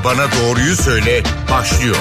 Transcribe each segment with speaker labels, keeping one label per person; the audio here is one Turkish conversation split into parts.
Speaker 1: Bana Doğruyu Söyle başlıyor.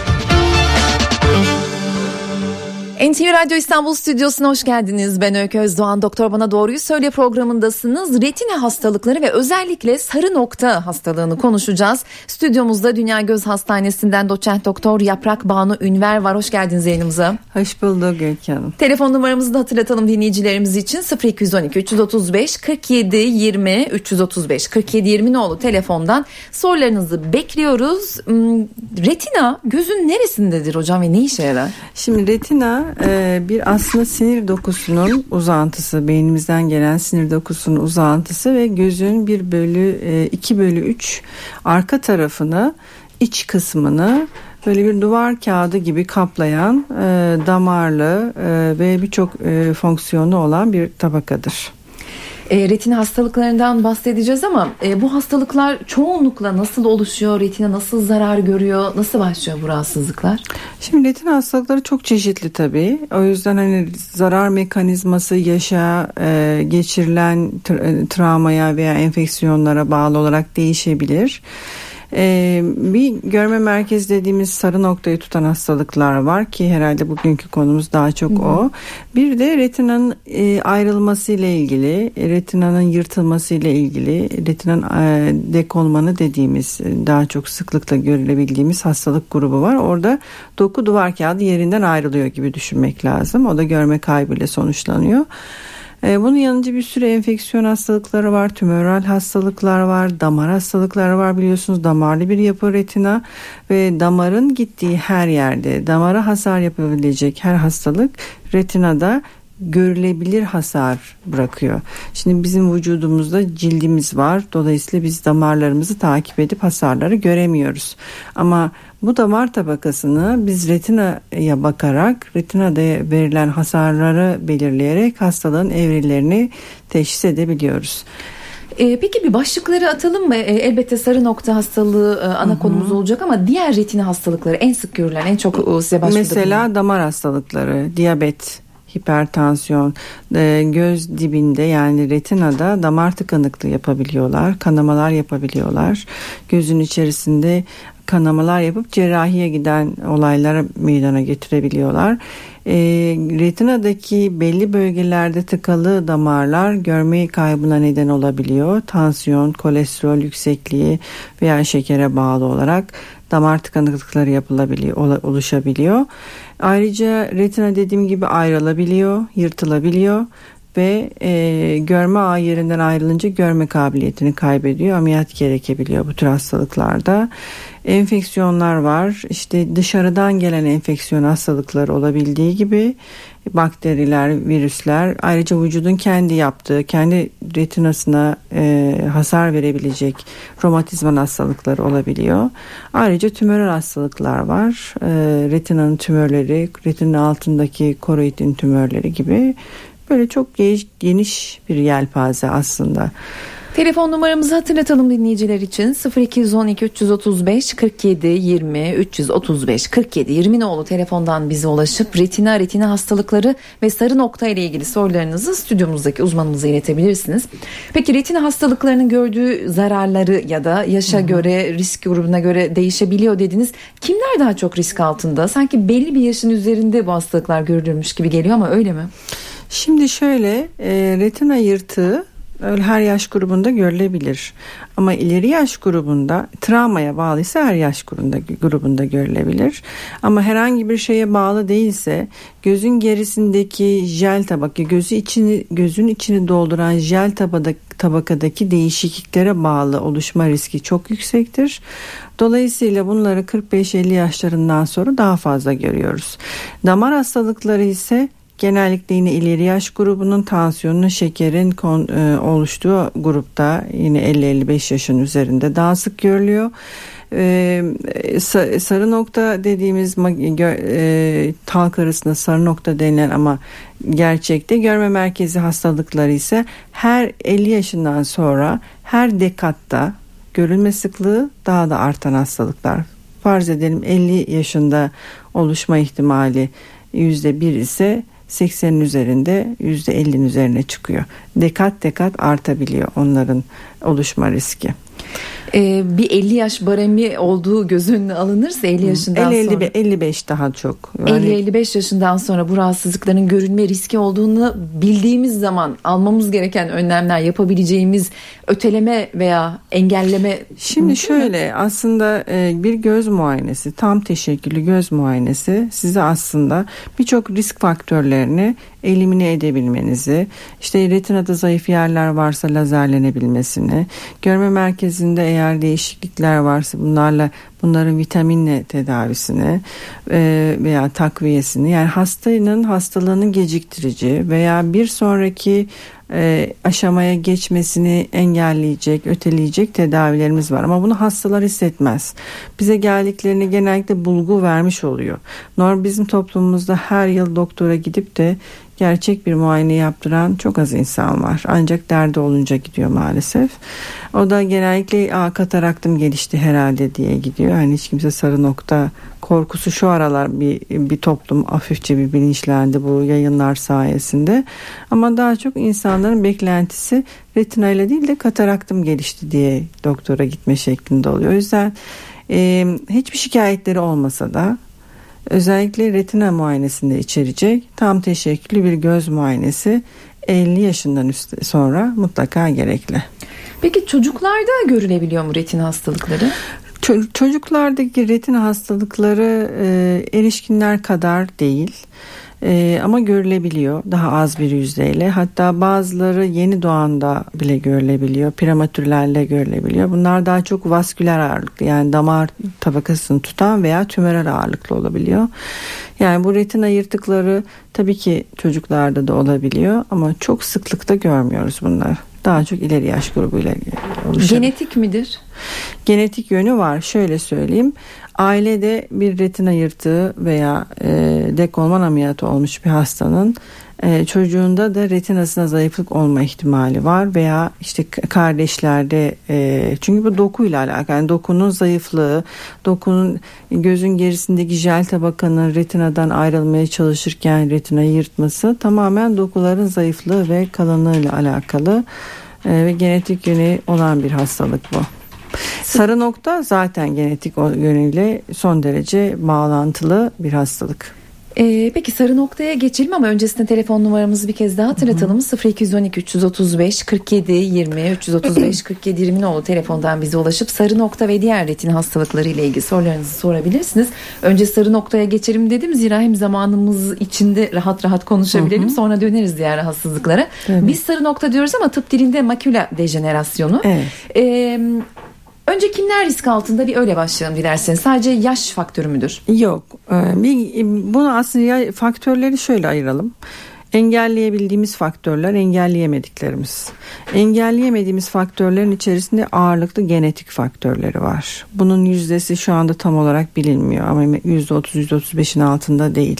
Speaker 2: NTV Radyo İstanbul Stüdyosu'na hoş geldiniz. Ben Öykü Özdoğan. Doktor Bana Doğruyu Söyle programındasınız. Retina hastalıkları ve özellikle sarı nokta hastalığını konuşacağız. Stüdyomuzda Dünya Göz Hastanesi'nden doçent doktor Yaprak Banu Ünver var. Hoş geldiniz yayınımıza.
Speaker 3: Hoş bulduk Öykü Hanım.
Speaker 2: Telefon numaramızı da hatırlatalım dinleyicilerimiz için. 0212 335 47 20 335 47 20 nolu telefondan sorularınızı bekliyoruz. Retina gözün neresindedir hocam ve ne işe yarar?
Speaker 3: Şimdi retina bir aslında sinir dokusunun uzantısı, beynimizden gelen sinir dokusunun uzantısı ve gözün 2/3 arka tarafını, iç kısmını böyle bir duvar kağıdı gibi kaplayan damarlı ve birçok fonksiyonu olan bir tabakadır.
Speaker 2: Retina hastalıklarından bahsedeceğiz ama bu hastalıklar çoğunlukla nasıl oluşuyor? Retina nasıl zarar görüyor? Nasıl başlıyor bu rahatsızlıklar?
Speaker 3: Şimdi retina hastalıkları çok çeşitli tabii. O yüzden hani zarar mekanizması yaşa geçirilen travmaya veya enfeksiyonlara bağlı olarak değişebilir. Bir görme merkezi dediğimiz sarı noktayı tutan hastalıklar var ki herhalde bugünkü konumuz daha çok o. Bir de retinanın ayrılması ile ilgili, retinanın yırtılması ile ilgili, retinanın dekolmanı dediğimiz daha çok sıklıkla görülebildiğimiz hastalık grubu var. Orada doku duvar kağıdı yerinden ayrılıyor gibi düşünmek lazım. O da görme kaybıyla sonuçlanıyor. Bunun yanında bir sürü enfeksiyon hastalıkları var, tümöral hastalıklar var, damar hastalıkları var, biliyorsunuz damarlı bir yapı retina ve damarın gittiği her yerde damara hasar yapabilecek her hastalık retinada görülebilir hasar bırakıyor. Şimdi bizim vücudumuzda cildimiz var. Dolayısıyla biz damarlarımızı takip edip hasarları göremiyoruz. Ama bu damar tabakasını biz retinaya bakarak, retinada verilen hasarları belirleyerek hastalığın evrelerini teşhis edebiliyoruz.
Speaker 2: Peki bir başlıkları atalım mı? Elbette sarı nokta hastalığı ana konumuz olacak ama diğer retina hastalıkları en sık görülen, en çok size başvurdu.
Speaker 3: Mesela damar hastalıkları, diyabet, hipertansiyon, göz dibinde yani retinada damar tıkanıklığı yapabiliyorlar, kanamalar yapabiliyorlar. Gözün içerisinde kanamalar yapıp cerrahiye giden olaylara meydana getirebiliyorlar. Retinadaki belli bölgelerde tıkalı damarlar görme kaybına neden olabiliyor. Tansiyon, kolesterol yüksekliği veya şekere bağlı olarak damar tıkanıklıkları oluşabiliyor. Ayrıca retina dediğim gibi ayrılabiliyor, yırtılabiliyor ve görme ağı yerinden ayrılınca görme kabiliyetini kaybediyor. Ameliyat gerekebiliyor bu tür hastalıklarda. Enfeksiyonlar var. İşte dışarıdan gelen enfeksiyon hastalıkları olabildiği gibi bakteriler, virüsler, ayrıca vücudun kendi yaptığı, kendi retinasına hasar verebilecek romatizmal hastalıkları olabiliyor. Ayrıca tümörel hastalıklar var. Retinanın tümörleri, retinanın altındaki koroidin tümörleri gibi böyle çok geniş bir yelpaze aslında.
Speaker 2: Telefon numaramızı hatırlatalım dinleyiciler için. 0212 335 47 20 335 47 20 nolu telefondan bize ulaşıp retina hastalıkları ve sarı nokta ile ilgili sorularınızı stüdyomuzdaki uzmanımıza iletebilirsiniz. Peki retina hastalıklarının gördüğü zararları ya da yaşa göre, risk grubuna göre değişebiliyor dediniz. Kimler daha çok risk altında? Sanki belli bir yaşın üzerinde bu hastalıklar görülürmüş gibi geliyor ama öyle mi?
Speaker 3: Şimdi şöyle, retina yırtığı öyle her yaş grubunda görülebilir. Ama ileri yaş grubunda, travmaya bağlıysa her yaş grubunda görülebilir. Ama herhangi bir şeye bağlı değilse, gözün gerisindeki jel tabaka, gözün içini dolduran jel tabakadaki değişikliklere bağlı oluşma riski çok yüksektir. Dolayısıyla bunları 45-50 yaşlarından sonra daha fazla görüyoruz. Damar hastalıkları ise genellikle yine ileri yaş grubunun, tansiyonun, şekerin oluştuğu grupta yine 50-55 yaşın üzerinde daha sık görülüyor. Sarı nokta dediğimiz halk arasında sarı nokta denilen ama gerçekte görme merkezi hastalıkları ise her 50 yaşından sonra her dekatta görülme sıklığı daha da artan hastalıklar. Farz edelim 50 yaşında oluşma ihtimali %1 ise 80'in üzerinde %50'nin üzerine çıkıyor. Dekat artabiliyor onların oluşma riski.
Speaker 2: Bir 50 yaş baremi olduğu göz önüne alınırsa 50 yaşından sonra
Speaker 3: 55 daha çok. Yani
Speaker 2: 50-55 yaşından sonra bu rahatsızlıkların görülme riski olduğunu bildiğimiz zaman almamız gereken önlemler, yapabileceğimiz öteleme veya engelleme.
Speaker 3: Şimdi şöyle, aslında bir göz muayenesi, tam teşekküllü göz muayenesi size aslında birçok risk faktörlerini elimine edebilmenizi, işte retinada zayıf yerler varsa lazerlenebilmesini, görme merkezinde eğer değişiklikler varsa bunların vitaminle tedavisini veya takviyesini, yani hastalığının geciktirici veya bir sonraki aşamaya geçmesini engelleyecek, öteleyecek tedavilerimiz var. Ama bunu hastalar hissetmez. Bize geldiklerini genellikle bulgu vermiş oluyor. Bizim toplumumuzda her yıl doktora gidip de gerçek bir muayene yaptıran çok az insan var. Ancak derdi olunca gidiyor maalesef. O da genellikle kataraktım gelişti herhalde diye gidiyor. Hani hiç kimse sarı nokta korkusu, şu aralar bir toplum hafifçe bir bilinçlendi bu yayınlar sayesinde. Ama daha çok insanların beklentisi retina ile değil de kataraktım gelişti diye doktora gitme şeklinde oluyor. O yüzden hiçbir şikayetleri olmasa da özellikle retina muayenesinde içerecek tam teşekküllü bir göz muayenesi 50 yaşından sonra mutlaka gerekli.
Speaker 2: Peki çocuklarda görülebiliyor mu retina hastalıkları?
Speaker 3: Çocuklardaki retina hastalıkları erişkinler kadar değil. Ama görülebiliyor daha az bir yüzdeyle, hatta bazıları yeni doğanda bile görülebiliyor, prematürlerle görülebiliyor. Bunlar daha çok vasküler ağırlıklı, yani damar tabakasını tutan veya tümörel ağırlıklı olabiliyor. Yani bu retina yırtıkları tabii ki çocuklarda da olabiliyor ama çok sıklıkta görmüyoruz bunları. Daha çok ileri yaş grubuyla oluşan.
Speaker 2: Genetik midir?
Speaker 3: Genetik yönü var. Şöyle söyleyeyim. Ailede bir retina yırtığı veya dekolman ameliyatı olmuş bir hastanın çocuğunda da retinasına zayıflık olma ihtimali var veya işte kardeşlerde, çünkü bu dokuyla alakalı. Yani dokunun zayıflığı, dokunun gözün gerisindeki jel tabakanın retinadan ayrılmaya çalışırken retinayı yırtması tamamen dokuların zayıflığı ve kalınlığıyla alakalı ve genetik yönü olan bir hastalık bu. Sarı nokta zaten genetik yönüyle son derece bağlantılı bir hastalık.
Speaker 2: Peki sarı noktaya geçelim ama öncesinde telefon numaramızı bir kez daha hatırlatalım. 0212 335 47 20 335 47 20 nolu telefondan bize ulaşıp sarı nokta ve diğer retina hastalıkları ile ilgili sorularınızı sorabilirsiniz. Önce sarı noktaya geçelim dedim, zira hem zamanımız içinde rahat rahat konuşabilelim, sonra döneriz diğer rahatsızlıklara. Evet. Biz sarı nokta diyoruz ama tıp dilinde makula dejenerasyonu. Evet. Önce kimler risk altında, bir öyle başlayalım dilerseniz. Sadece yaş faktörü müdür?
Speaker 3: Yok. Bunu aslında faktörleri şöyle ayıralım. Engelleyebildiğimiz faktörler, engelleyemediklerimiz. Engelleyemediğimiz faktörlerin içerisinde ağırlıklı genetik faktörleri var. Bunun yüzdesi şu anda tam olarak bilinmiyor ama %30, %35'in altında değil.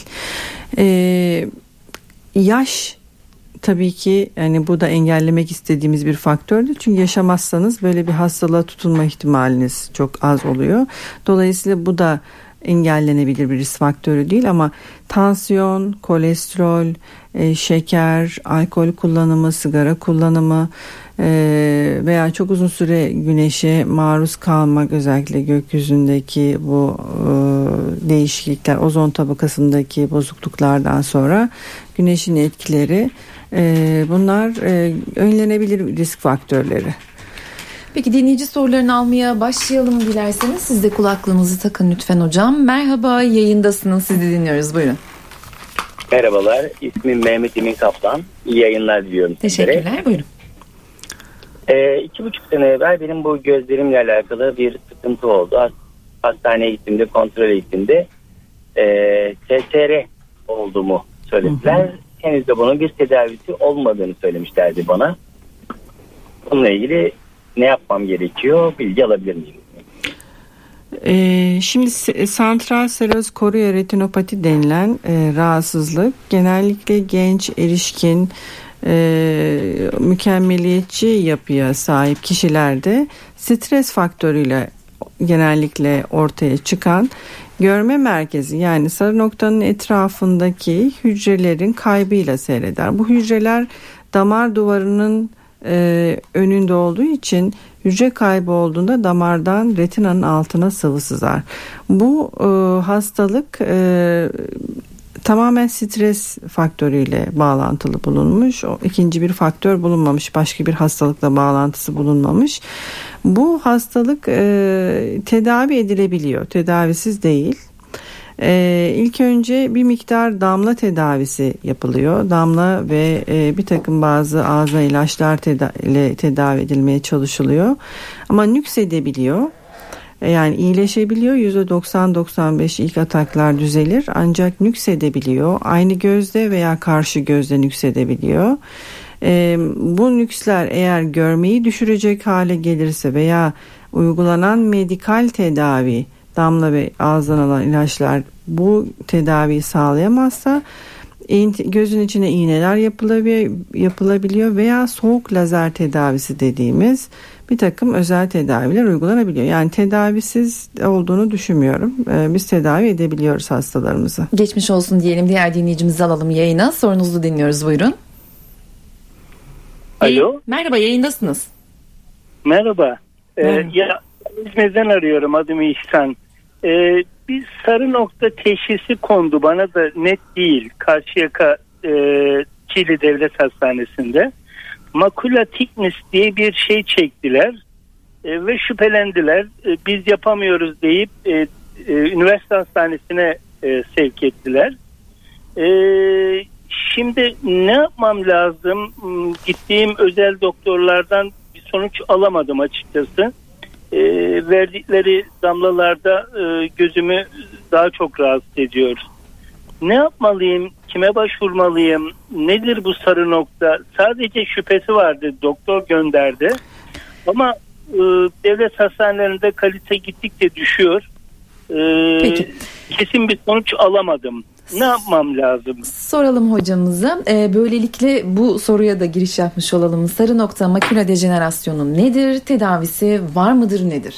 Speaker 3: Yaş tabii ki, yani bu da engellemek istediğimiz bir faktördür. Çünkü yaşamazsanız böyle bir hastalığa tutulma ihtimaliniz çok az oluyor. Dolayısıyla bu da engellenebilir bir risk faktörü değil ama tansiyon, kolesterol, şeker, alkol kullanımı, sigara kullanımı veya çok uzun süre güneşe maruz kalmak, özellikle gökyüzündeki bu değişiklikler, ozon tabakasındaki bozukluklardan sonra güneşin etkileri, bunlar önlenebilir risk faktörleri.
Speaker 2: Peki dinleyici sorularını almaya başlayalım dilerseniz. Siz de kulaklığınızı takın lütfen hocam. Merhaba, yayındasınız, sizi dinliyoruz, buyurun.
Speaker 4: Merhabalar, ismim Mehmet Emin Kaplan. İyi yayınlar diliyorum.
Speaker 2: Teşekkürler, sizlere. Buyurun.
Speaker 4: 2,5 sene evvel benim bu gözlerimle alakalı bir sıkıntı oldu. Hastaneye gittiğimde, kontrol gittiğimde TSR olduğumu söylediler. Henüz de bunun bir tedavisi olmadığını söylemişlerdi bana. Bununla ilgili ne yapmam gerekiyor? Bilgi alabilir miyim?
Speaker 3: Şimdi santral seroz korua retinopati denilen rahatsızlık genellikle genç, erişkin, mükemmeliyetçi yapıya sahip kişilerde stres faktörüyle genellikle ortaya çıkan görme merkezi, yani sarı noktanın etrafındaki hücrelerin kaybıyla seyreder. Bu hücreler damar duvarının önünde olduğu için hücre kaybı olduğunda damardan retinanın altına sıvı sızar. Bu hastalık tamamen stres faktörüyle bağlantılı bulunmuş. İkinci bir faktör bulunmamış. Başka bir hastalıkla bağlantısı bulunmamış. Bu hastalık tedavi edilebiliyor. Tedavisiz değil. İlk önce bir miktar damla tedavisi yapılıyor. Damla ve bir takım bazı ağza ilaçlar ile tedavi edilmeye çalışılıyor. Ama nüksedebiliyor. Yani iyileşebiliyor. %90-95 ilk ataklar düzelir. Ancak nüksedebiliyor. Aynı gözde veya karşı gözde nüksedebiliyor. Bu nüksler eğer görmeyi düşürecek hale gelirse veya uygulanan medikal tedavi, damla ve ağızdan alınan ilaçlar bu tedaviyi sağlayamazsa gözün içine iğneler yapılabiliyor veya soğuk lazer tedavisi dediğimiz bir takım özel tedaviler uygulanabiliyor. Yani tedavisiz olduğunu düşünmüyorum. Biz tedavi edebiliyoruz hastalarımızı.
Speaker 2: Geçmiş olsun diyelim. Diğer dinleyicimizi alalım yayına. Sorunuzu dinliyoruz. Buyurun.
Speaker 5: Alo.
Speaker 2: Merhaba, yayındasınız.
Speaker 5: Merhaba. Ya İzmir'den arıyorum. Adım İhsan. Bir sarı nokta teşhisi kondu. Bana da net değil. Karşıyaka Çiğli Devlet Hastanesi'nde. Makula thickness diye bir şey çektiler. Ve şüphelendiler. Biz yapamıyoruz deyip üniversite hastanesine sevk ettiler. Şimdi ne yapmam lazım? Gittiğim özel doktorlardan bir sonuç alamadım açıkçası. Verdikleri damlalarda gözümü daha çok rahatsız ediyor. Ne yapmalıyım? Kime başvurmalıyım? Nedir bu sarı nokta? Sadece şüphesi vardı. Doktor gönderdi. Ama devlet hastanelerinde kalite gittikçe düşüyor.
Speaker 2: Peki.
Speaker 5: Kesin bir sonuç alamadım. Ne yapmam lazım?
Speaker 2: Soralım hocamıza. Böylelikle bu soruya da giriş yapmış olalım. Sarı nokta makula dejenerasyonu nedir? Tedavisi var mıdır, nedir?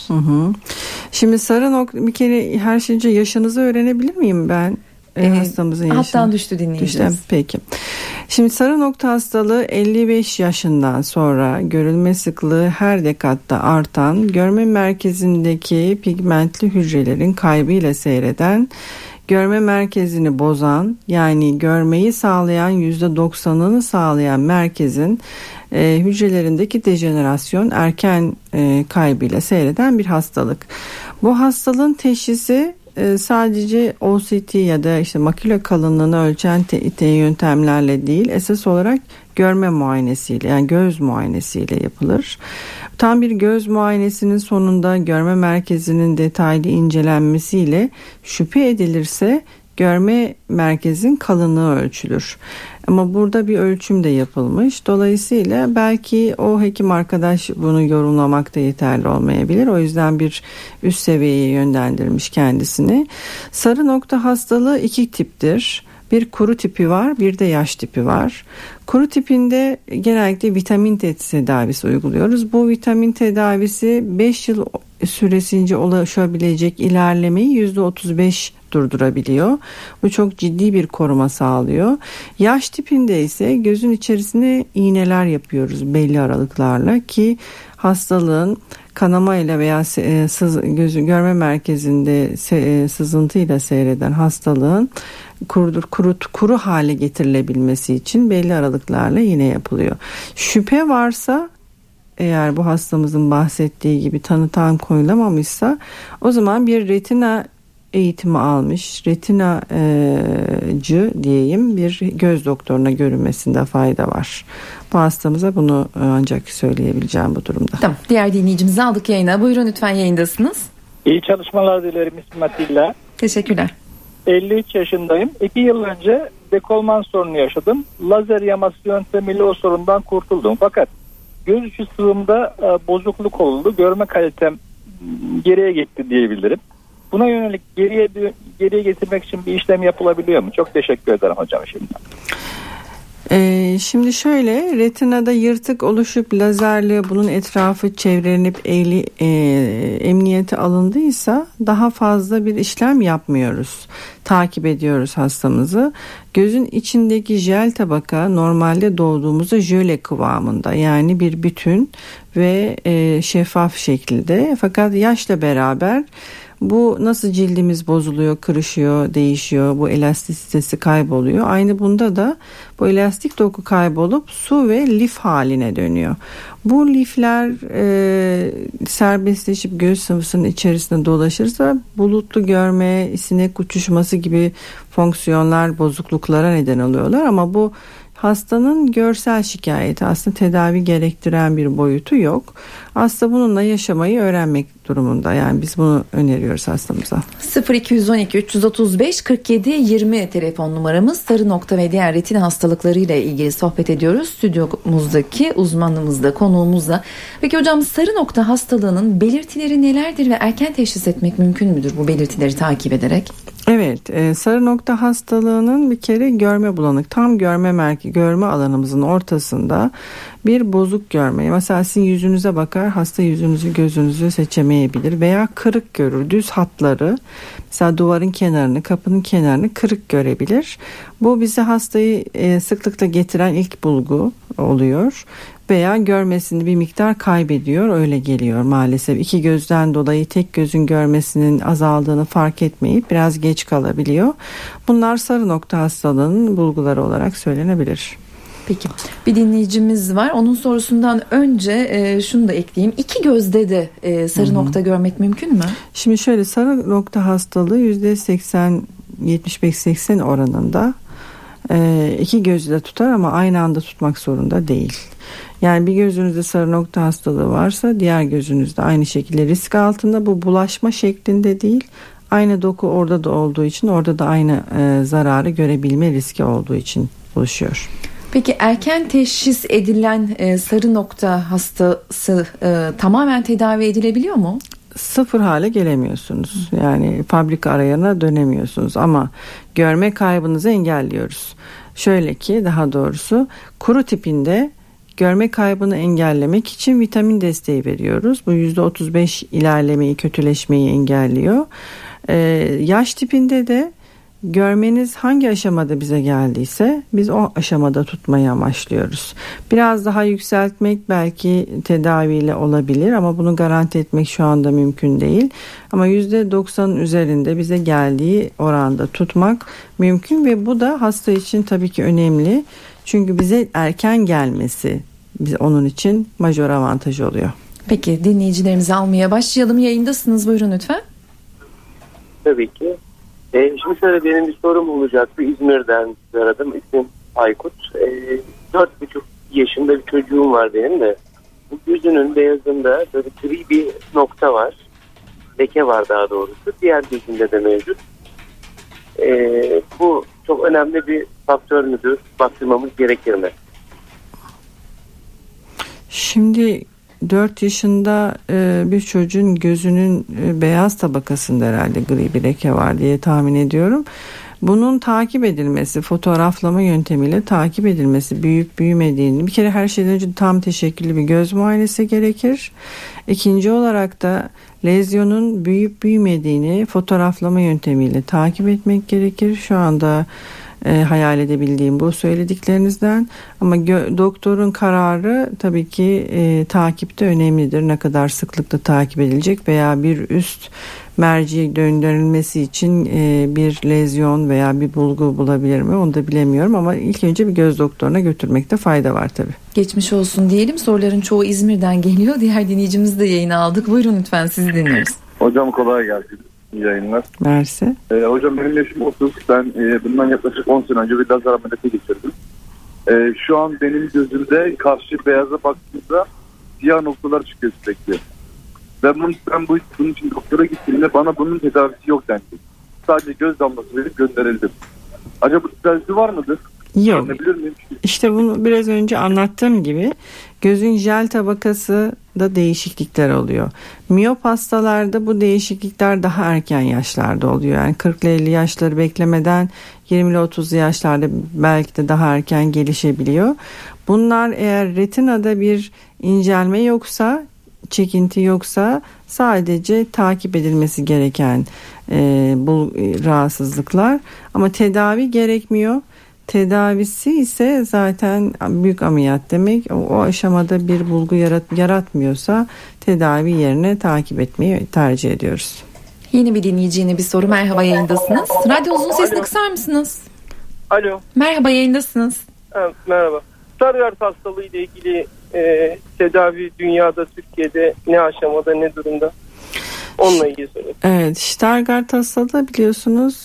Speaker 3: Şimdi sarı nokta, bir kere her şeyce yaşınızı öğrenebilir miyim ben? Hastamızın yaşını.
Speaker 2: Hattan düştü dinleyeceğiz.
Speaker 3: Peki. Şimdi sarı nokta hastalığı 55 yaşından sonra görülme sıklığı her dekatta artan, görme merkezindeki pigmentli hücrelerin kaybıyla seyreden, görme merkezini bozan, yani görmeyi sağlayan %90'ını sağlayan merkezin hücrelerindeki dejenerasyon erken kaybıyla seyreden bir hastalık. Bu hastalığın teşhisi sadece OCT ya da işte makula kalınlığını ölçen yöntemlerle değil, esas olarak görme muayenesiyle, yani göz muayenesiyle yapılır. Tam bir göz muayenesinin sonunda görme merkezinin detaylı incelenmesiyle şüphe edilirse görme merkezin kalınlığı ölçülür. Ama burada bir ölçüm de yapılmış. Dolayısıyla belki o hekim arkadaş bunu yorumlamakta yeterli olmayabilir. O yüzden bir üst seviyeye yönlendirmiş kendisini. Sarı nokta hastalığı iki tiptir. Bir kuru tipi var, bir de yaş tipi var. Kuru tipinde genellikle vitamin tedavisi uyguluyoruz. Bu vitamin tedavisi 5 yıl süresince ulaşabilecek ilerlemeyi %35 durdurabiliyor. Bu çok ciddi bir koruma sağlıyor. Yaş tipinde ise gözün içerisine iğneler yapıyoruz belli aralıklarla ki hastalığın kanamayla veya gözün görme merkezinde sızıntıyla seyreden hastalığın kuru hale getirilebilmesi için belli aralıklarla iğne yapılıyor. Şüphe varsa, eğer bu hastamızın bahsettiği gibi tanı tam koyulamamışsa, o zaman bir retina eğitimi almış retinacı diyeyim bir göz doktoruna görünmesinde fayda var. Bu hastamıza bunu ancak söyleyebileceğim bu durumda.
Speaker 2: Tamam. Diğer dinleyicimizi aldık yayına. Buyurun, lütfen yayındasınız.
Speaker 6: İyi çalışmalar dilerim, İsmim Atilla.
Speaker 2: Teşekkürler.
Speaker 6: 53 yaşındayım. 2 yıl önce dekolman sorunu yaşadım. Lazer yaması yöntemiyle o sorundan kurtuldum. Fakat göz içi sıvımda bozukluk oldu. Görme kalitem geriye gitti diyebilirim. Buna yönelik geriye getirmek için bir işlem yapılabiliyor mu? Çok teşekkür ederim hocam şimdi.
Speaker 3: Şimdi şöyle, retinada yırtık oluşup lazerle bunun etrafı çevrelenip emniyete alındıysa daha fazla bir işlem yapmıyoruz. Takip ediyoruz hastamızı. Gözün içindeki jel tabaka normalde doğduğumuzda jöle kıvamında, yani bir bütün ve şeffaf şekilde, fakat yaşla beraber bu nasıl cildimiz bozuluyor, kırışıyor, değişiyor, bu elastisitesi kayboluyor. Aynı bunda da bu elastik doku kaybolup su ve lif haline dönüyor. Bu lifler serbestleşip göz sıvısının içerisinde dolaşırsa bulutlu görme, sinek uçuşması gibi fonksiyonlar, bozukluklara neden oluyorlar. Ama bu hastanın görsel şikayeti, aslında tedavi gerektiren bir boyutu yok. Hasta bununla yaşamayı öğrenmek durumunda. Yani biz bunu öneriyoruz hastamıza.
Speaker 2: 0212 335 47 20 telefon numaramız. Sarı nokta ve diğer retina hastalıklarıyla ilgili sohbet ediyoruz. Stüdyomuzdaki uzmanımızla, konuğumuzla. Peki hocam, sarı nokta hastalığının belirtileri nelerdir ve erken teşhis etmek mümkün müdür bu belirtileri takip ederek?
Speaker 3: Evet, sarı nokta hastalığının bir kere görme bulanık, tam görme alanımızın ortasında bir bozuk görme. Mesela sizin yüzünüze bakar, hasta yüzünüzü, gözünüzü seçemeyebilir veya kırık görür. Düz hatları, mesela duvarın kenarını, kapının kenarını kırık görebilir. Bu bize hastayı sıklıkla getiren ilk bulgu oluyor. Veya görmesini bir miktar kaybediyor, öyle geliyor maalesef. İki gözden dolayı tek gözün görmesinin azaldığını fark etmeyip biraz geç kalabiliyor. Bunlar sarı nokta hastalığının bulguları olarak söylenebilir.
Speaker 2: Peki, bir dinleyicimiz var. Onun sorusundan önce şunu da ekleyeyim. İki gözde de sarı nokta görmek mümkün mü?
Speaker 3: Şimdi şöyle, sarı nokta hastalığı %80, 75-80 oranında iki gözü de tutar ama aynı anda tutmak zorunda değil. Yani bir gözünüzde sarı nokta hastalığı varsa diğer gözünüzde aynı şekilde risk altında. Bu bulaşma şeklinde değil, aynı doku orada da olduğu için orada da aynı zararı görebilme riski olduğu için oluşuyor.
Speaker 2: Peki erken teşhis edilen sarı nokta hastası tamamen tedavi edilebiliyor mu?
Speaker 3: Sıfır hale gelemiyorsunuz. Yani fabrika arayana dönemiyorsunuz ama görme kaybınızı engelliyoruz. Şöyle ki, daha doğrusu kuru tipinde görme kaybını engellemek için vitamin desteği veriyoruz. Bu %35 ilerlemeyi, kötüleşmeyi engelliyor. Yaş tipinde de görmeniz hangi aşamada bize geldiyse biz o aşamada tutmayı amaçlıyoruz. Biraz daha yükseltmek belki tedaviyle olabilir ama bunu garanti etmek şu anda mümkün değil. Ama %90'ın üzerinde bize geldiği oranda tutmak mümkün ve bu da hasta için tabii ki önemli. Çünkü bize erken gelmesi onun için majör avantaj oluyor.
Speaker 2: Peki, dinleyicilerimizi almaya başlayalım. Yayındasınız, buyurun lütfen.
Speaker 7: Tabii ki. Şimdi şöyle, benim bir sorum olacak. İzmir'den aradım. İsmim Aykut. 4,5 yaşında bir çocuğum var benim de. Bu gözünün beyazında böyle gri bir nokta var. Leke var daha doğrusu. Diğer gözünde de mevcut. Bu çok önemli bir faktör müdür? Baktırmamız gerekir mi?
Speaker 3: Şimdi 4 yaşında bir çocuğun gözünün beyaz tabakasında herhalde gri bir leke var diye tahmin ediyorum. Bunun takip edilmesi, fotoğraflama yöntemiyle takip edilmesi, büyüyüp büyümediğini, bir kere her şeyden önce tam teşekküllü bir göz muayenesi gerekir. İkinci olarak da lezyonun büyüyüp büyümediğini fotoğraflama yöntemiyle takip etmek gerekir. Şu anda hayal edebildiğim bu söylediklerinizden, ama doktorun kararı tabii ki takipte önemlidir. Ne kadar sıklıkla takip edilecek veya bir üst merci döndürülmesi için bir lezyon veya bir bulgu bulabilir mi, onu da bilemiyorum, ama ilk önce bir göz doktoruna götürmekte fayda var tabii.
Speaker 2: Geçmiş olsun diyelim. Soruların çoğu İzmir'den geliyor. Diğer dinleyicimizi de yayına aldık. Buyurun lütfen, sizi dinliyoruz.
Speaker 8: Hocam kolay gelsin. İyi yayınlar.
Speaker 3: Mersi.
Speaker 8: Hocam benim yaşım 30. Ben bundan yaklaşık 10 sene önce bir lazer ameliyatı geçirdim. Şu an benim gözümde karşı beyaza baktığımda siyah noktalar çıkıyor sürekli. Ben bunun için doktora gittiğimde bana bunun tedavisi yok dendi. Sadece göz damlası verip gönderildim. Acaba bu tedavisi var mıdır?
Speaker 3: Yok. İşte bunu biraz önce anlattığım gibi gözün jel tabakası da değişiklikler oluyor. Miyop hastalarda bu değişiklikler daha erken yaşlarda oluyor. Yani 40 ile 50 yaşları beklemeden 20 ile 30 yaşlarda belki de daha erken gelişebiliyor. Bunlar eğer retinada bir incelme yoksa, çekinti yoksa sadece takip edilmesi gereken bu rahatsızlıklar, ama tedavi gerekmiyor. Tedavisi ise zaten büyük ameliyat demek. O aşamada bir bulgu yaratmıyorsa tedavi yerine takip etmeyi tercih ediyoruz.
Speaker 2: Yeni bir dinleyiciye bir soru. Merhaba, yayındasınız. Radyonuzun sesini kısar mısınız?
Speaker 9: Alo.
Speaker 2: Merhaba, yayındasınız.
Speaker 9: Evet, merhaba. Stargardt hastalığı ile ilgili tedavi dünyada, Türkiye'de ne aşamada, ne durumda? Onunla ilgili söyleyeyim. Evet,
Speaker 3: Stargardt hastalığı biliyorsunuz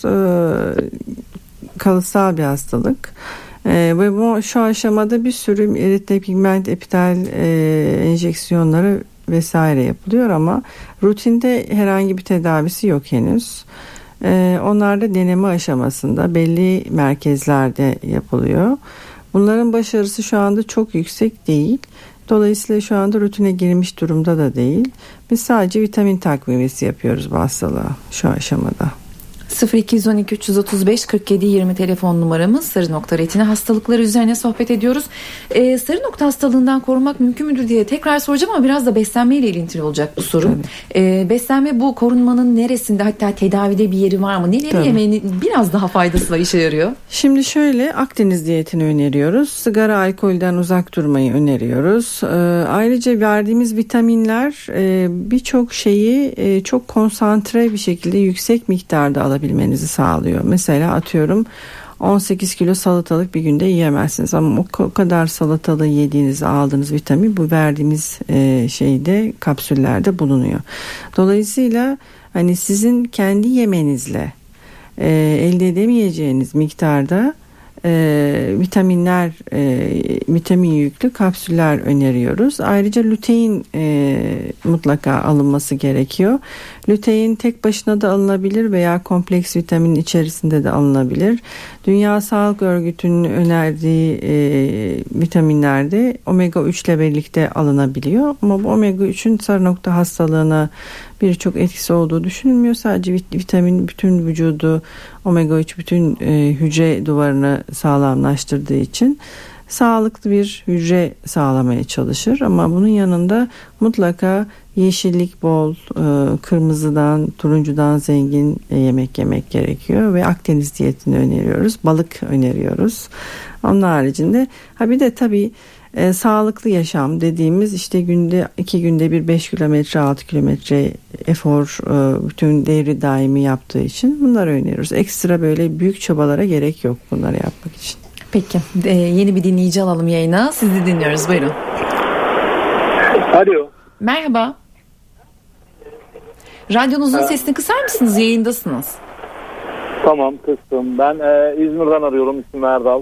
Speaker 3: kalıtsal bir hastalık. Ve bu şu aşamada bir sürü eritne pigment epitel enjeksiyonları vesaire yapılıyor ama rutinde herhangi bir tedavisi yok henüz. Onlar da deneme aşamasında belli merkezlerde yapılıyor. Bunların başarısı şu anda çok yüksek değil. Dolayısıyla şu anda rutine girmiş durumda da değil. Biz sadece vitamin takviyesi yapıyoruz bu hastalığa şu aşamada.
Speaker 2: 0212 335 47 20 telefon numaramız. Sarı nokta retina hastalıkları üzerine sohbet ediyoruz. Sarı nokta hastalığından korunmak mümkün müdür diye tekrar soracağım ama biraz da beslenmeyle ilintili olacak bu soru. Beslenme bu korunmanın neresinde, hatta tedavide bir yeri var mı? Neleri yemeğinin biraz daha faydası var, işe yarıyor?
Speaker 3: Şimdi şöyle, Akdeniz diyetini öneriyoruz. Sigara, alkolden uzak durmayı öneriyoruz. Ayrıca verdiğimiz vitaminler birçok şeyi çok konsantre bir şekilde yüksek miktarda alabilmenizi sağlıyor. Mesela atıyorum 18 kilo salatalık bir günde yiyemezsiniz ama o kadar salatalığı yediğinizde aldığınız vitamin bu verdiğimiz şeyde, kapsüllerde bulunuyor. Dolayısıyla hani sizin kendi yemenizle elde edemeyeceğiniz miktarda vitaminler, vitamin yüklü kapsüller öneriyoruz. Ayrıca lutein mutlaka alınması gerekiyor. Lutein tek başına da alınabilir veya kompleks vitaminin içerisinde de alınabilir. Dünya Sağlık Örgütü'nün önerdiği vitaminlerde omega 3 ile birlikte alınabiliyor. Ama bu omega 3'ün sarı nokta hastalığına birçok etkisi olduğu düşünülmüyor. Sadece vitamin bütün vücudu, omega 3 bütün hücre duvarını sağlamlaştırdığı için sağlıklı bir hücre sağlamaya çalışır. Ama bunun yanında mutlaka yeşillik bol, kırmızıdan, turuncudan zengin yemek yemek gerekiyor ve Akdeniz diyetini öneriyoruz. Balık öneriyoruz. Onun haricinde bir de tabii sağlıklı yaşam dediğimiz işte günde 2 günde bir 5 kilometre 6 kilometre efor bütün devri daimi yaptığı için bunları öneriyoruz. Ekstra böyle büyük çabalara gerek yok bunları yapmak için.
Speaker 2: Peki yeni bir dinleyici alalım yayına. Sizi dinliyoruz, buyurun.
Speaker 9: Alo.
Speaker 2: Merhaba. Radyonuzun sesini kısar mısınız? Yayındasınız.
Speaker 10: Tamam, kıstım. Ben İzmir'den arıyorum. İsmim Erdal.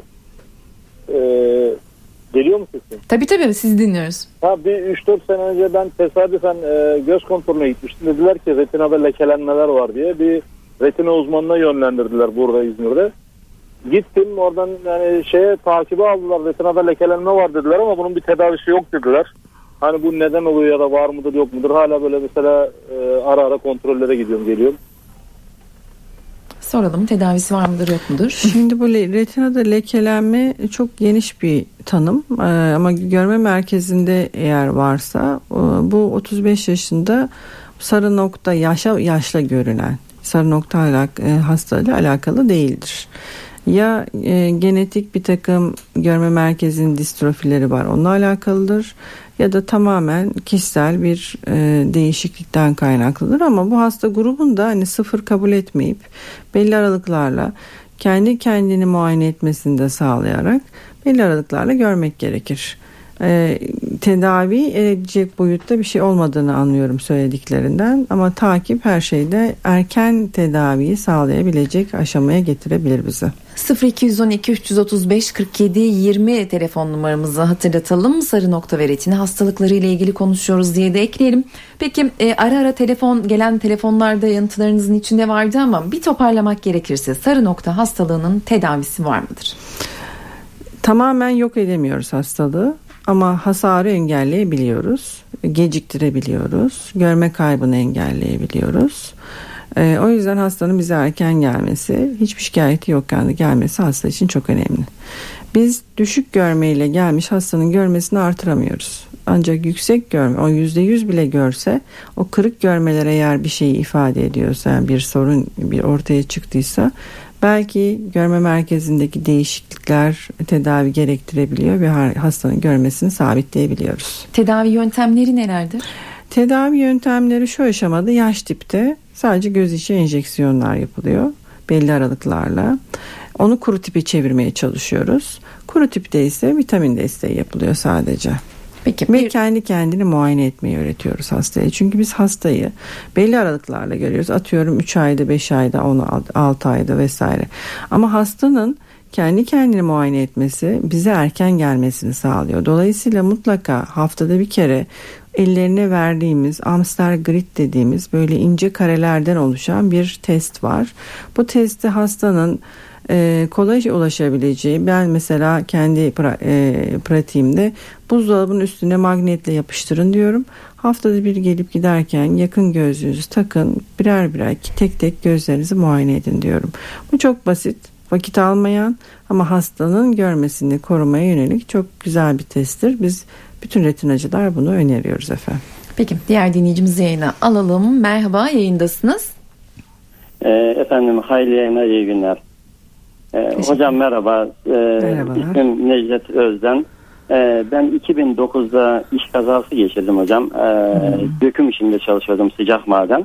Speaker 10: Geliyor mu sesin?
Speaker 2: Tabii sizi dinliyoruz.
Speaker 10: Bir 3-4 sene önce ben tesadüfen göz kontrolüne gitmiştim. Dediler ki retinada lekelenmeler var diye. Bir retina uzmanına yönlendirdiler burada İzmir'de. Gittim oradan, yani takibi aldılar. Retinada lekelenme var dediler ama bunun bir tedavisi yok dediler. Hani bu neden oluyor ya da var mıdır yok mudur? Hala böyle mesela ara ara kontrollere gidiyorum, geliyorum.
Speaker 2: Soralım, tedavisi var mıdır yok mudur?
Speaker 3: Şimdi bu retinada lekelenme çok geniş bir tanım ama görme merkezinde eğer varsa bu 35 yaşında sarı nokta yaşla görünen sarı nokta hastalığıyla alakalı değildir. Ya genetik bir takım görme merkezinin distrofileri var, onunla alakalıdır ya da tamamen kişisel bir değişiklikten kaynaklıdır. Ama bu hasta grubunda hani sıfır kabul etmeyip belli aralıklarla kendi kendini muayene etmesini de sağlayarak belli aralıklarla görmek gerekir. Tedavi edecek boyutta bir şey olmadığını anlıyorum söylediklerinden ama takip her şeyde erken tedaviyi sağlayabilecek aşamaya getirebilir bizi.
Speaker 2: 0212 335 47 20 telefon numaramızı hatırlatalım. Sarı nokta ve retina hastalıkları ile ilgili konuşuyoruz diye de ekleyelim. Peki ara ara gelen telefonlarda yanıtlarınızın içinde vardı ama bir toparlamak gerekirse sarı nokta hastalığının tedavisi var mıdır?
Speaker 3: Tamamen yok edemiyoruz hastalığı Ama hasarı engelleyebiliyoruz, geciktirebiliyoruz, görme kaybını engelleyebiliyoruz. O yüzden hastanın bize erken gelmesi, hiçbir şikayeti yokken gelmesi hasta için çok önemli. Biz düşük görmeyle gelmiş hastanın görmesini artıramıyoruz. Ancak yüksek görme, o %100 bile görse, o kırık görmeler eğer bir şeyi ifade ediyorsa, yani bir sorun ortaya çıktıysa, belki görme merkezindeki değişiklikler tedavi gerektirebiliyor ve hastanın görmesini sabitleyebiliyoruz.
Speaker 2: Tedavi yöntemleri nelerdir?
Speaker 3: Tedavi yöntemleri şu aşamada yaş tipte sadece göz içi enjeksiyonlar yapılıyor belli aralıklarla. Onu kuru tipe çevirmeye çalışıyoruz. Kuru tipte ise vitamin desteği yapılıyor sadece.
Speaker 2: Peki,
Speaker 3: ve kendi kendini muayene etmeyi öğretiyoruz hastaya. Çünkü biz hastayı belli aralıklarla görüyoruz. Atıyorum 3 ayda, 5 ayda, 6 ayda vesaire. Ama hastanın kendi kendini muayene etmesi bize erken gelmesini sağlıyor. Dolayısıyla mutlaka haftada bir kere ellerine verdiğimiz Amster Grid dediğimiz böyle ince karelerden oluşan bir test var. Bu testi hastanın kolay ulaşabileceği, ben mesela kendi pratiğimde buzdolabının üstüne magnetle yapıştırın diyorum. Haftada bir gelip giderken yakın gözlüğünüzü takın, birer birer tek tek gözlerinizi muayene edin diyorum. Bu çok basit, vakit almayan ama hastanın görmesini korumaya yönelik çok güzel bir testtir. Biz bütün retinacılar bunu öneriyoruz efendim.
Speaker 2: Peki, diğer dinleyicimizi yayına alalım. Merhaba, yayındasınız.
Speaker 11: Efendim hayırlı yayınlar, iyi günler. Hocam merhaba.
Speaker 3: Merhaba.
Speaker 11: İsmim Necdet Özden. Ben 2009'da iş kazası geçirdim hocam. Döküm işinde çalışıyordum, sıcak maden.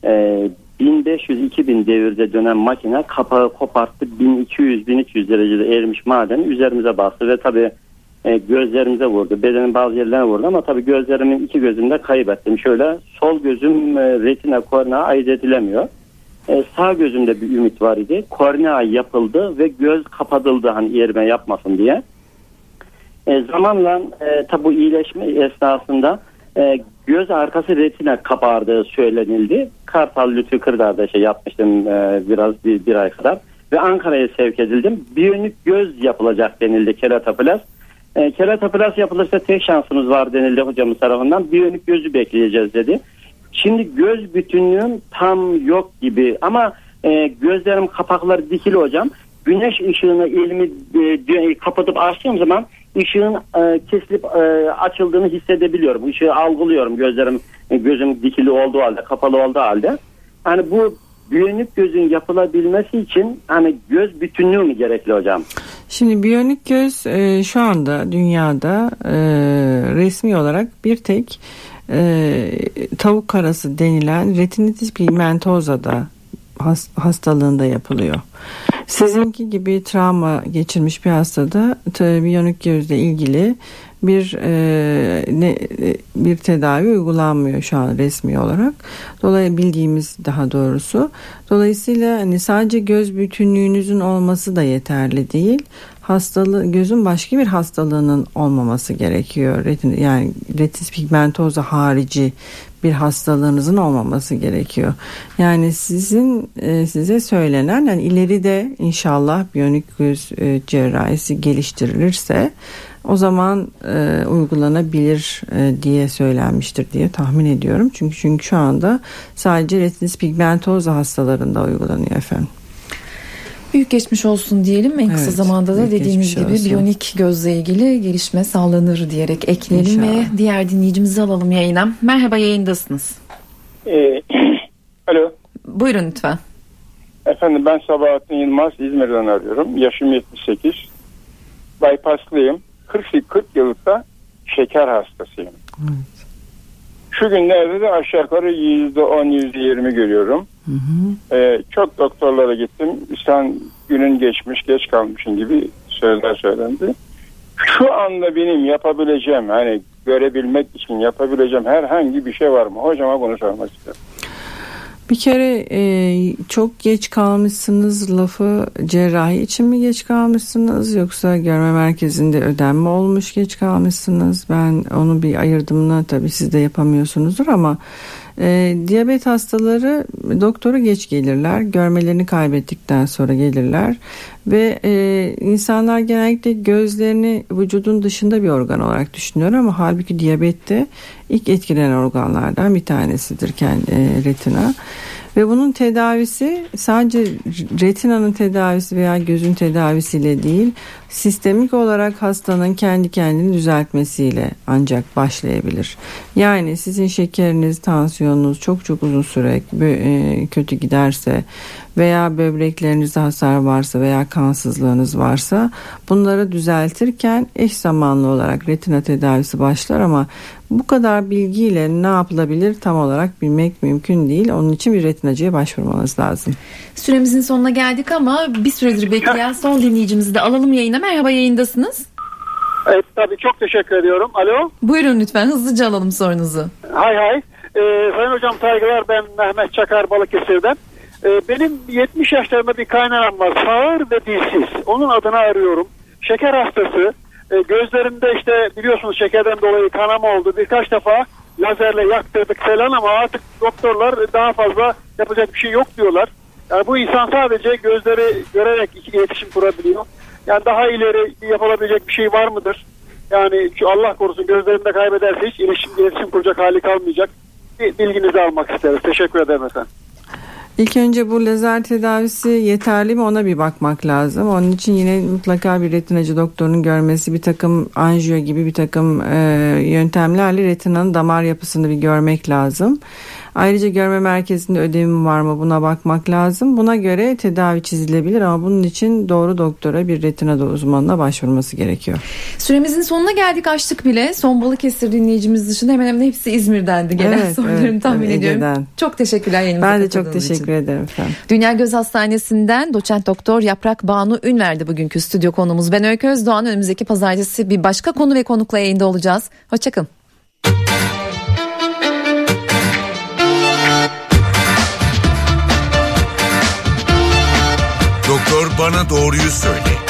Speaker 11: 1500-2000 devirde dönen makine kapağı koparttı. 1200-1300 derecede erimiş madeni üzerimize bastı ve tabii gözlerimize vurdu. Bedenin bazı yerlerine vurdu ama tabii gözlerimin iki gözümde kaybettim. Şöyle sol gözüm retina kornea ayırt edilemiyor. Sağ gözümde bir ümit var idi. Kornea yapıldı ve göz kapatıldı hani erime yapmasın diye. Zamanla tabi bu iyileşme esnasında göz arkası retina kabardığı söylenildi. Kartal Lütfü Kırdar'da yapmıştım biraz bir ay kadar. Ve Ankara'ya sevk edildim. Biyonik göz yapılacak denildi, keratoplas. Keratoplas yapılırsa tek şansımız var denildi hocamız tarafından. Biyonik gözü bekleyeceğiz dedi. Şimdi göz bütünlüğüm tam yok gibi ama gözlerim kapakları dikili hocam. Güneş ışığına elimi kapatıp açtığım zaman ışığın kesilip açıldığını hissedebiliyorum. Işığı algılıyorum gözüm dikili olduğu halde, kapalı olduğu halde. Hani bu biyonik gözün yapılabilmesi için hani göz bütünlüğü mü gerekli hocam?
Speaker 3: Şimdi biyonik göz şu anda dünyada resmi olarak bir tek tavuk karası denilen retinitis pigmentosa'da hastalığında yapılıyor. Sizinki gibi travma geçirmiş bir hastada biyonik gözle ilgili bir tedavi uygulanmıyor şu an resmi olarak. Bildiğimiz daha doğrusu. Dolayısıyla hani sadece göz bütünlüğünüzün olması da yeterli değil. Gözün başka bir hastalığının olmaması gerekiyor. Yani retinitis pigmentosa harici bir hastalığınızın olmaması gerekiyor. Yani size söylenen, yani ileride inşallah biyonik göz cerrahisi geliştirilirse o zaman uygulanabilir diye söylenmiştir diye tahmin ediyorum. Çünkü şu anda sadece retinitis pigmentosa hastalarında uygulanıyor efendim.
Speaker 2: Büyük geçmiş olsun diyelim. En kısa zamanda da dediğiniz gibi biyonik gözle ilgili gelişme sağlanır diyerek ekleyelim ve diğer dinleyicimizi alalım yayına. Merhaba, yayındasınız.
Speaker 12: Alo.
Speaker 2: Buyurun lütfen.
Speaker 12: Efendim ben Sabahattin Yılmaz, İzmir'den arıyorum. Yaşım 78. Bypasslıyım. 40 yıllıkta şeker hastasıyım. Evet. Şu günlerde de aşağı yukarı %10, %20 görüyorum. Hı hı. Çok doktorlara gittim. Sen günün geçmiş, geç kalmışsın gibi sözler söylendi. Şu anda benim yapabileceğim, hani görebilmek için yapabileceğim herhangi bir şey var mı? Hocama bunu sormak istiyorum.
Speaker 3: Bir kere çok geç kalmışsınız lafı cerrahi için mi geç kalmışsınız yoksa görme merkezinde ödem olmuş geç kalmışsınız? Ben onu bir ayırdımını tabii siz de yapamıyorsunuzdur ama Diyabet hastaları doktora geç gelirler. Görmelerini kaybettikten sonra gelirler. Ve insanlar genellikle gözlerini vücudun dışında bir organ olarak düşünüyor ama halbuki diyabette ilk etkilenen organlardan bir tanesidir retina. Ve bunun tedavisi sadece retinanın tedavisi veya gözün tedavisiyle değil, sistemik olarak hastanın kendi kendini düzeltmesiyle ancak başlayabilir. Yani sizin şekeriniz, tansiyonunuz çok uzun süre kötü giderse veya böbreklerinizde hasar varsa veya kansızlığınız varsa bunları düzeltirken eş zamanlı olarak retina tedavisi başlar ama bu kadar bilgiyle ne yapılabilir tam olarak bilmek mümkün değil. Onun için bir retinacıya başvurmanız lazım.
Speaker 2: Süremizin sonuna geldik ama bir süredir bekleyen son dinleyicimizi de alalım yayına. Merhaba, yayındasınız.
Speaker 13: Evet, tabii, çok teşekkür ediyorum. Alo.
Speaker 2: Buyurun lütfen, hızlıca alalım sorunuzu.
Speaker 13: Hay. Sayın hocam saygılar, ben Mehmet Çakar Balıkesir'den. Benim 70 yaşlarında bir kaynanam var. Sağır ve dilsiz. Onun adını arıyorum. Şeker hastası. Gözlerinde işte biliyorsunuz şekerden dolayı kanama oldu. Birkaç defa lazerle yaktırdık falan ama artık doktorlar daha fazla yapacak bir şey yok diyorlar. Yani bu insan sadece gözleri görerek iletişim kurabiliyor. Yani daha ileri yapılabilecek bir şey var mıdır? Yani Allah korusun gözlerini de kaybederse hiç iletişim kuracak hali kalmayacak. Bilginizi almak isteriz. Teşekkür ederim efendim.
Speaker 3: İlk önce bu lazer tedavisi yeterli mi ona bir bakmak lazım. Onun için yine mutlaka bir retinacı doktorunun görmesi, bir takım anjiyo gibi bir takım yöntemlerle retinanın damar yapısını bir görmek lazım. Ayrıca görme merkezinde ödemi var mı buna bakmak lazım. Buna göre tedavi çizilebilir ama bunun için doğru doktora, bir retina uzmanına başvurması gerekiyor.
Speaker 2: Süremizin sonuna geldik, açtık bile. Son Balıkesir dinleyicimiz dışında hemen hemen hepsi İzmir'dendi gelen sorularını tahmin ediyorum. Çok teşekkürler yayınımıza
Speaker 3: Ben de
Speaker 2: katıldığınız
Speaker 3: çok teşekkür
Speaker 2: için.
Speaker 3: ederim efendim.
Speaker 2: Dünya Göz Hastanesi'nden doçent doktor Yaprak Banu Ünver'di bugünkü stüdyo konuğumuz. Ben Öykü Özdoğan. Önümüzdeki pazartesi bir başka konu ve konukla yayında olacağız. Hoşçakalın.
Speaker 1: Doktor bana doğruyu söyle.